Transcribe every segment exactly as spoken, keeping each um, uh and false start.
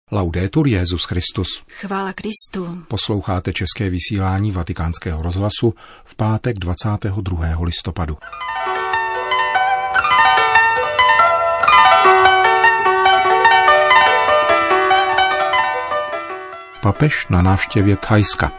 Laudetur Jesus Christus. Chvála Kristu. Posloucháte české vysílání Vatikánského rozhlasu v pátek dvacátého druhého listopadu. Papež na návštěvě Thajska.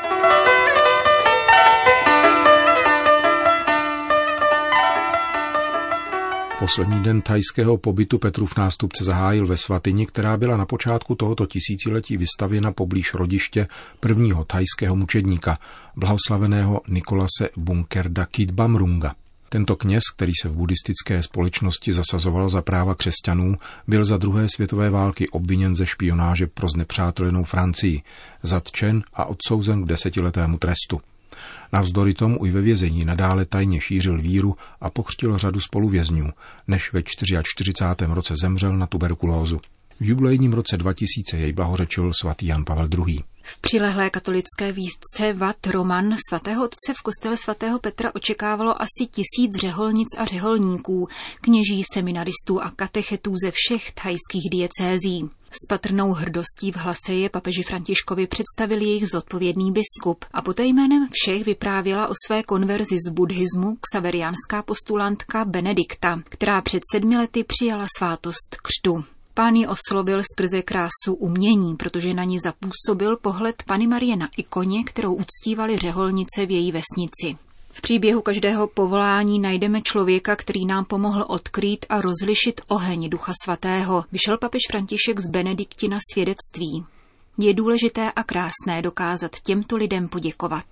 Poslední den thajského pobytu Petrův nástupce zahájil ve svatyni, která byla na počátku tohoto tisíciletí vystavěna poblíž rodiště prvního thajského mučedníka, blahoslaveného Nikolase Bunkerda Kitbamrunga. Tento kněz, který se v buddhistické společnosti zasazoval za práva křesťanů, byl za druhé světové války obviněn ze špionáže pro znepřátelenou Francii, zatčen a odsouzen k desetiletému trestu. Navzdory tomu i ve vězení nadále tajně šířil víru a pokřtil řadu spoluvězňů, než ve čtyřicátém čtvrtém roce zemřel na tuberkulózu. V jubilejním roce dva tisíce jej blahořečil svatý Jan Pavel druhý. V přilehlé katolické vísce Wat Roman svatého otce v kostele svatého Petra očekávalo asi tisíc řeholnic a řeholníků, kněží, seminaristů a katechetů ze všech thajských diecézí. S patrnou hrdostí v hlase je papeži Františkovi představil jejich zodpovědný biskup a poté jménem všech vyprávěla o své konverzi z buddhismu ksaveriánská postulantka Benedikta, která před sedmi lety přijala svátost křtu. Pán ji oslovil skrze krásu umění, protože na ní zapůsobil pohled Panny Marie na ikoně, kterou uctívali řeholnice v její vesnici. V příběhu každého povolání najdeme člověka, který nám pomohl odkrýt a rozlišit oheň Ducha Svatého, vyšel papež František z Benediktina svědectví. Je důležité a krásné dokázat těmto lidem poděkovat.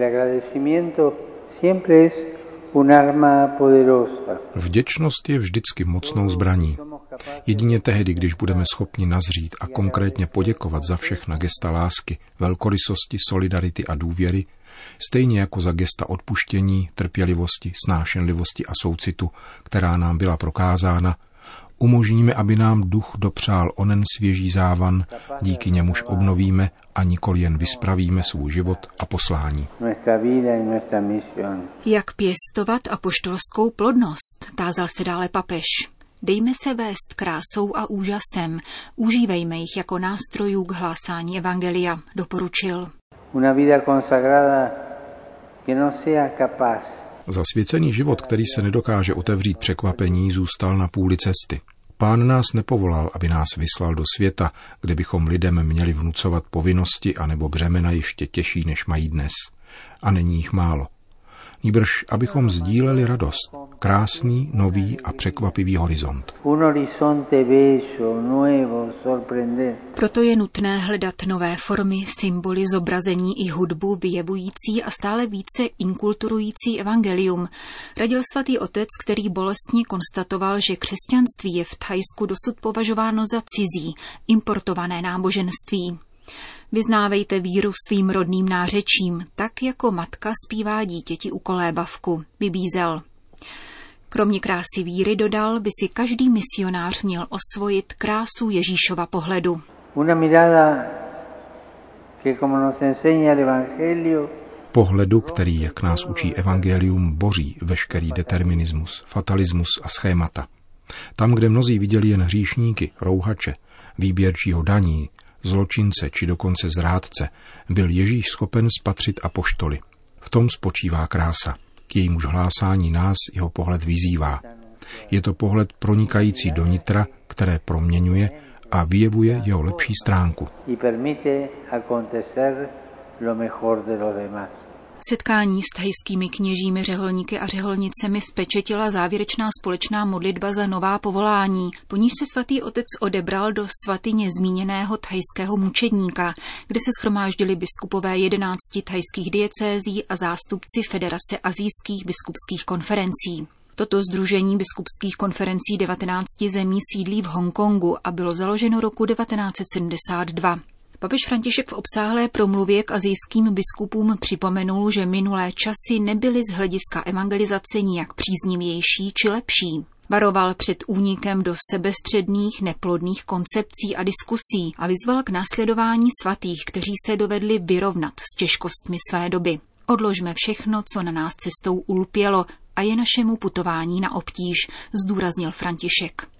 Vděčnost je vždycky mocnou zbraní. Jedině tehdy, když budeme schopni nazřít a konkrétně poděkovat za všechna gesta lásky, velkorysosti, solidarity a důvěry, stejně jako za gesta odpuštění, trpělivosti, snášenlivosti a soucitu, která nám byla prokázána, umožníme, aby nám duch dopřál onen svěží závan, díky němuž obnovíme a nikoli jen vyspravíme svůj život a poslání. Jak pěstovat apoštolskou plodnost, tázal se dále papež. Dejme se vést krásou a úžasem, užívejme jich jako nástrojů k hlásání evangelia, doporučil. Zasvěcený život, který se nedokáže otevřít překvapení, zůstal na půli cesty. Pán nás nepovolal, aby nás vyslal do světa, kde bychom lidem měli vnucovat povinnosti anebo břemena ještě těžší, než mají dnes. A není jich málo. Nýbrž, abychom sdíleli radost, krásný, nový a překvapivý horizont. Proto je nutné hledat nové formy, symboly, zobrazení i hudbu vyjevující a stále více inkulturující evangelium, radil svatý otec, který bolestně konstatoval, že křesťanství je v Thajsku dosud považováno za cizí, importované náboženství. Vyznávejte víru svým rodným nářečím, tak jako matka zpívá dítěti u kolébavku, vybízel. Kromě krásy víry, dodal, by si každý misionář měl osvojit krásu Ježíšova pohledu. Pohledu, který, jak nás učí evangelium, boří veškerý determinismus, fatalismus a schémata. Tam, kde mnozí viděli jen hříšníky, rouhače, výběrčího daní, zločince či dokonce zrádce, byl Ježíš schopen spatřit apoštoly. V tom spočívá krása. K jejímuž hlásání nás jeho pohled vyzývá. Je to pohled pronikající do nitra, které proměňuje a vyjevuje jeho lepší stránku. Setkání s thajskými kněžími, řeholníky a řeholnicemi spečetila závěrečná společná modlitba za nová povolání, po níž se svatý otec odebral do svatyně zmíněného thajského mučedníka, kde se shromáždili biskupové jedenácti thajských diecézí a zástupci Federace asijských biskupských konferencí. Toto sdružení biskupských konferencí devatenácti zemí sídlí v Hongkongu a bylo založeno roku devatenáct set sedmdesát dva. Papež František v obsáhlé promluvě k asijským biskupům připomenul, že minulé časy nebyly z hlediska evangelizace nijak příznivější či lepší. Varoval před únikem do sebestředných, neplodných koncepcí a diskusí a vyzval k následování svatých, kteří se dovedli vyrovnat s těžkostmi své doby. Odložme všechno, co na nás cestou ulpělo a je našemu putování na obtíž, zdůraznil František.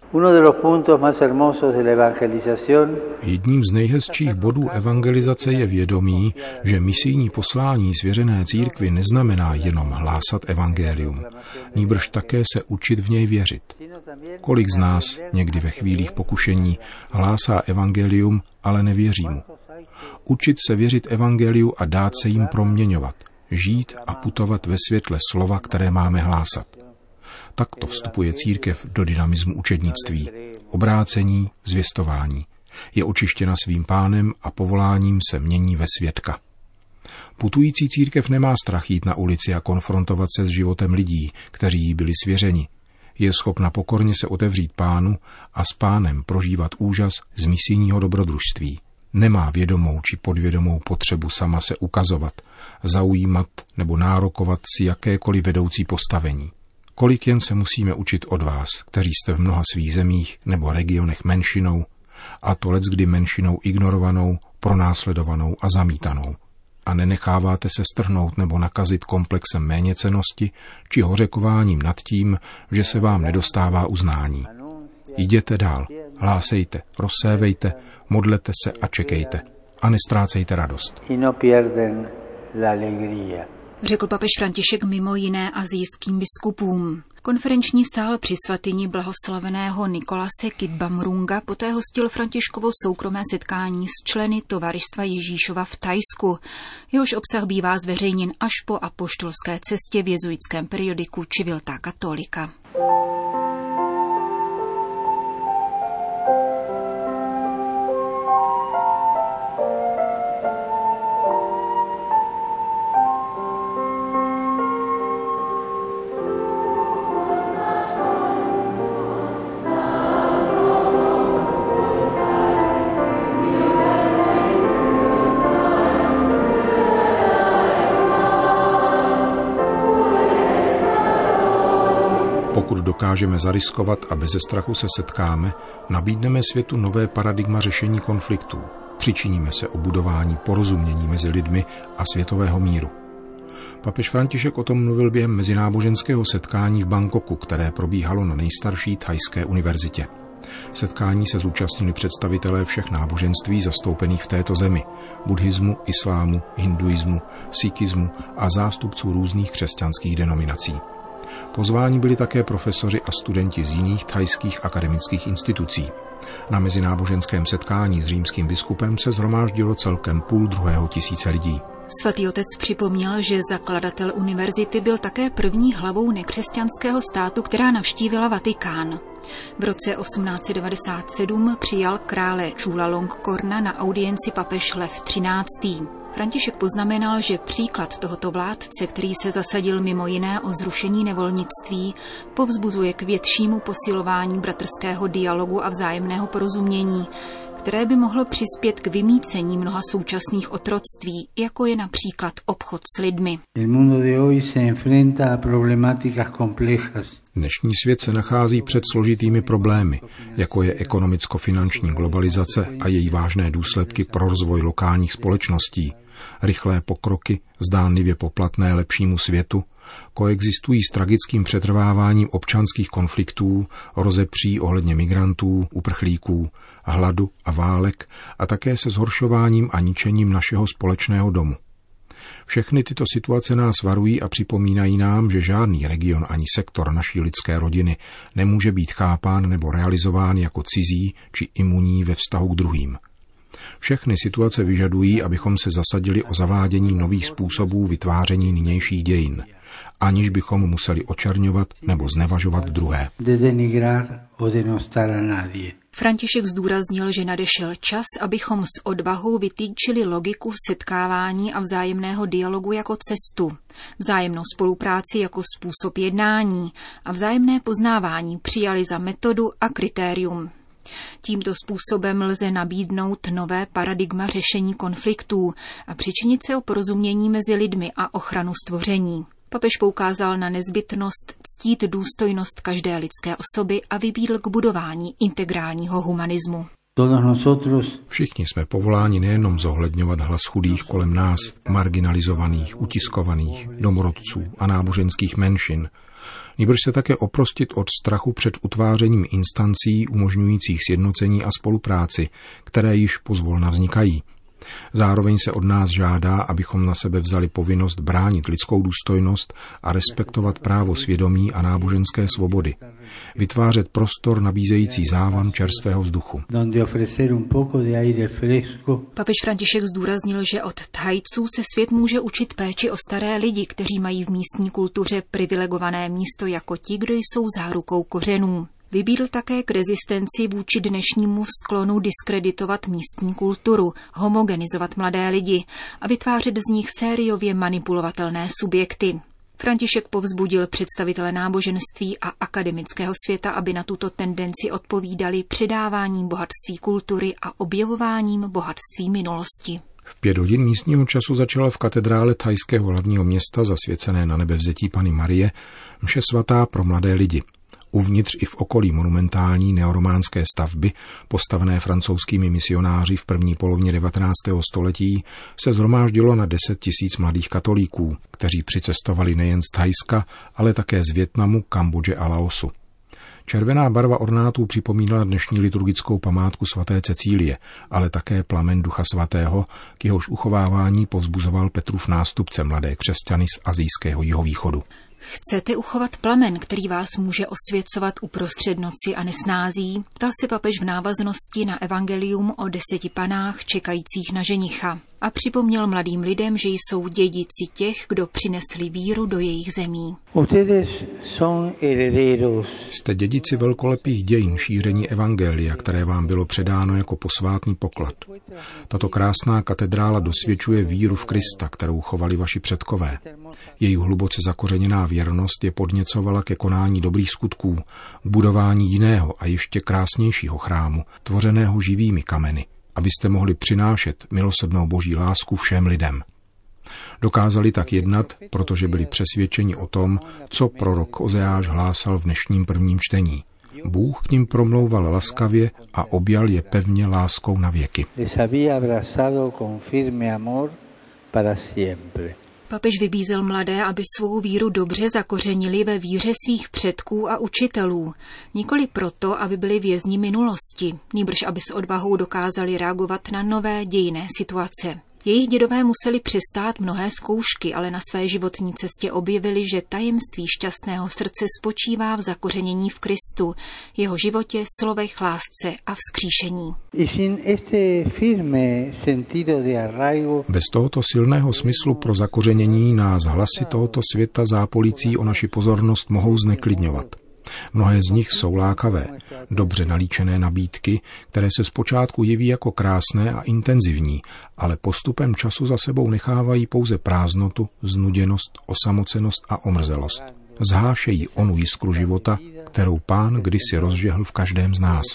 Jedním z nejhezčích bodů evangelizace je vědomí, že misijní poslání svěřené církvi neznamená jenom hlásat evangelium, nýbrž také se učit v něj věřit. Kolik z nás někdy ve chvílích pokušení hlásá evangelium, ale nevěří mu. Učit se věřit evangeliu a dát se jim proměňovat, žít a putovat ve světle slova, které máme hlásat. Takto vstupuje církev do dynamismu učednictví, obrácení, zvěstování. Je očištěna svým pánem a povoláním se mění ve svědka. Putující církev nemá strach jít na ulici a konfrontovat se s životem lidí, kteří jí byli svěřeni. Je schopna pokorně se otevřít pánu a s pánem prožívat úžas z misijního dobrodružství. Nemá vědomou či podvědomou potřebu sama se ukazovat, zaujímat nebo nárokovat si jakékoliv vedoucí postavení. Kolik jen se musíme učit od vás, kteří jste v mnoha svých zemích nebo regionech menšinou, a to leckdy menšinou ignorovanou, pronásledovanou a zamítanou. A nenecháváte se strhnout nebo nakazit komplexem méněcennosti či hořekováním nad tím, že se vám nedostává uznání. Jděte dál, hlásejte, rozsévejte, modlete se a čekejte. A nestrácejte radost. Řekl papež František mimo jiné asijským biskupům. Konferenční sál při svatyni blahoslaveného Nikolase Kitbamrunga poté hostil Františkovo soukromé setkání s členy Tovaristva Ježíšova v Thajsku. Jehož obsah bývá zveřejněn až po apoštolské cestě v jezuitském periodiku Civiltà Cattolica. Pokud dokážeme zariskovat a beze strachu se setkáme, nabídneme světu nové paradigma řešení konfliktů. Přičiníme se o budování porozumění mezi lidmi a světového míru. Papež František o tom mluvil během mezináboženského setkání v Bangkoku, které probíhalo na nejstarší thajské univerzitě. Setkání se zúčastnili představitelé všech náboženství zastoupených v této zemi, buddhismu, islámu, hinduismu, sikhismu a zástupců různých křesťanských denominací. Pozváni byli také profesoři a studenti z jiných thajských akademických institucí. Na mezináboženském setkání s římským biskupem se shromáždilo celkem půl druhého tisíce lidí. Svatý otec připomněl, že zakladatel univerzity byl také první hlavou nekřesťanského státu, která navštívila Vatikán. V roce osmnáct set devadesát sedm přijal krále Chulalongkorna na audienci papež Lev třináctý. František poznamenal, že příklad tohoto vládce, který se zasadil mimo jiné o zrušení nevolnictví, povzbuzuje k většímu posilování bratrského dialogu a vzájemného porozumění, které by mohlo přispět k vymýcení mnoha současných otroctví, jako je například obchod s lidmi. Dnešní svět se nachází před složitými problémy, jako je ekonomicko-finanční globalizace a její vážné důsledky pro rozvoj lokálních společností, rychlé pokroky, zdánlivě poplatné lepšímu světu, koexistují s tragickým přetrváváním občanských konfliktů, rozepří ohledně migrantů, uprchlíků, hladu a válek a také se zhoršováním a ničením našeho společného domu. Všechny tyto situace nás varují a připomínají nám, že žádný region ani sektor naší lidské rodiny nemůže být chápán nebo realizován jako cizí či imunní ve vztahu k druhým. Všechny situace vyžadují, abychom se zasadili o zavádění nových způsobů vytváření nynějších dějin, aniž bychom museli očerňovat nebo znevažovat druhé. František zdůraznil, že nadešel čas, abychom s odvahou vytýčili logiku setkávání a vzájemného dialogu jako cestu, vzájemnou spolupráci jako způsob jednání a vzájemné poznávání přijali za metodu a kritérium. Tímto způsobem lze nabídnout nové paradigma řešení konfliktů a přičinit se o porozumění mezi lidmi a ochranu stvoření. Papež poukázal na nezbytnost ctít důstojnost každé lidské osoby a vybídl k budování integrálního humanismu. Všichni jsme povoláni nejenom zohledňovat hlas chudých kolem nás, marginalizovaných, utiskovaných, domorodců a náboženských menšin, nýbrž se také oprostit od strachu před utvářením instancí umožňujících sjednocení a spolupráci, které již pozvolna vznikají. Zároveň se od nás žádá, abychom na sebe vzali povinnost bránit lidskou důstojnost a respektovat právo svědomí a náboženské svobody. Vytvářet prostor nabízející závan čerstvého vzduchu. Papež František zdůraznil, že od Thajců se svět může učit péči o staré lidi, kteří mají v místní kultuře privilegované místo jako ti, kdo jsou zárukou kořenů. Vybídl také k rezistenci vůči dnešnímu sklonu diskreditovat místní kulturu, homogenizovat mladé lidi a vytvářet z nich sériově manipulovatelné subjekty. František povzbudil představitele náboženství a akademického světa, aby na tuto tendenci odpovídali předáváním bohatství kultury a objevováním bohatství minulosti. V pět hodin místního času začala v katedrále thajského hlavního města zasvěcené na nebevzetí Panny Marie mše svatá pro mladé lidi. Uvnitř i v okolí monumentální neorománské stavby, postavené francouzskými misionáři v první polovině devatenáctého století, se shromáždilo na deset tisíc mladých katolíků, kteří přicestovali nejen z Thajska, ale také z Vietnamu, Kambodže a Laosu. Červená barva ornátů připomínala dnešní liturgickou památku svaté Cecílie, ale také plamen Ducha svatého, k jehož uchovávání povzbuzoval Petrův nástupce mladé křesťany z asijského jihovýchodu. Chcete uchovat plamen, který vás může osvěcovat uprostřed noci a nesnází? Ptal se papež v návaznosti na evangelium o deseti panách čekajících na ženicha a připomněl mladým lidem, že jsou dědici těch, kdo přinesli víru do jejich zemí. Jste dědici velkolepých dějin šíření evangelia, které vám bylo předáno jako posvátný poklad. Tato krásná katedrála dosvědčuje víru v Krista, kterou chovali vaši předkové. Její hluboce zakořeněná věrnost je podněcovala ke konání dobrých skutků, k budování jiného a ještě krásnějšího chrámu, tvořeného živými kameny, abyste mohli přinášet milosrdnou boží lásku všem lidem. Dokázali tak jednat, protože byli přesvědčeni o tom, co prorok Ozeáš hlásal v dnešním prvním čtení. Bůh k ním promlouval laskavě a objal je pevně láskou na věky. Papež vybízel mladé, aby svou víru dobře zakořenili ve víře svých předků a učitelů. Nikoli proto, aby byli vězni minulosti, nýbrž aby s odvahou dokázali reagovat na nové dějinné situace. Jejich dědové museli přestát mnohé zkoušky, ale na své životní cestě objevili, že tajemství šťastného srdce spočívá v zakořenění v Kristu, jeho životě, slovech, lásce a vzkříšení. Bez tohoto silného smyslu pro zakořenění nás hlasy tohoto světa zápolící o naši pozornost mohou zneklidňovat. Mnohé z nich jsou lákavé, dobře nalíčené nabídky, které se zpočátku jeví jako krásné a intenzivní, ale postupem času za sebou nechávají pouze prázdnotu, znuděnost, osamocenost a omrzelost. Zhášejí onu jiskru života, kterou Pán kdysi rozžehl v každém z nás.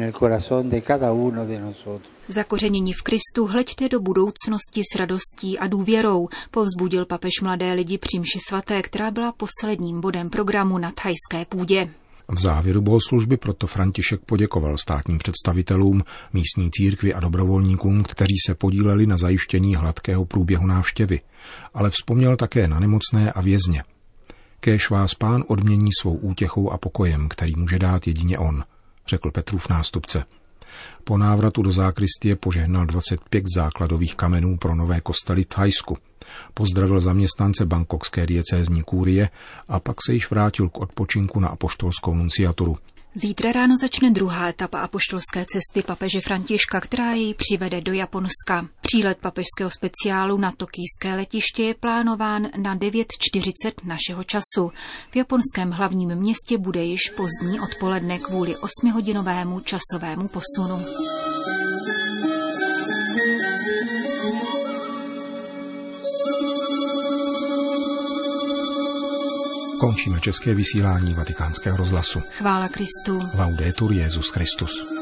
Zakořenění v Kristu hleďte do budoucnosti s radostí a důvěrou, povzbudil papež mladé lidi při mši svaté, která byla posledním bodem programu na thajské půdě. V závěru bohoslužby proto František poděkoval státním představitelům, místní církvi a dobrovolníkům, kteří se podíleli na zajištění hladkého průběhu návštěvy, ale vzpomněl také na nemocné a vězně. Kéž vás Pán odmění svou útěchou a pokojem, který může dát jedině on, řekl Petrův nástupce. Po návratu do zákristie požehnal dvacet pět základových kamenů pro nové kostely v Thajsku. Pozdravil zaměstnance bangkokské diecézní kúrie a pak se již vrátil k odpočinku na apoštolskou nunciaturu. Zítra ráno začne druhá etapa apoštolské cesty papeže Františka, která jej přivede do Japonska. Přílet papežského speciálu na tokijské letiště je plánován na devět čtyřicet našeho času. V japonském hlavním městě bude již pozdní odpoledne kvůli osmihodinovému časovému posunu. Končíme české vysílání Vatikánského rozhlasu. Chvála Kristu. Laudetur Jesus Christus.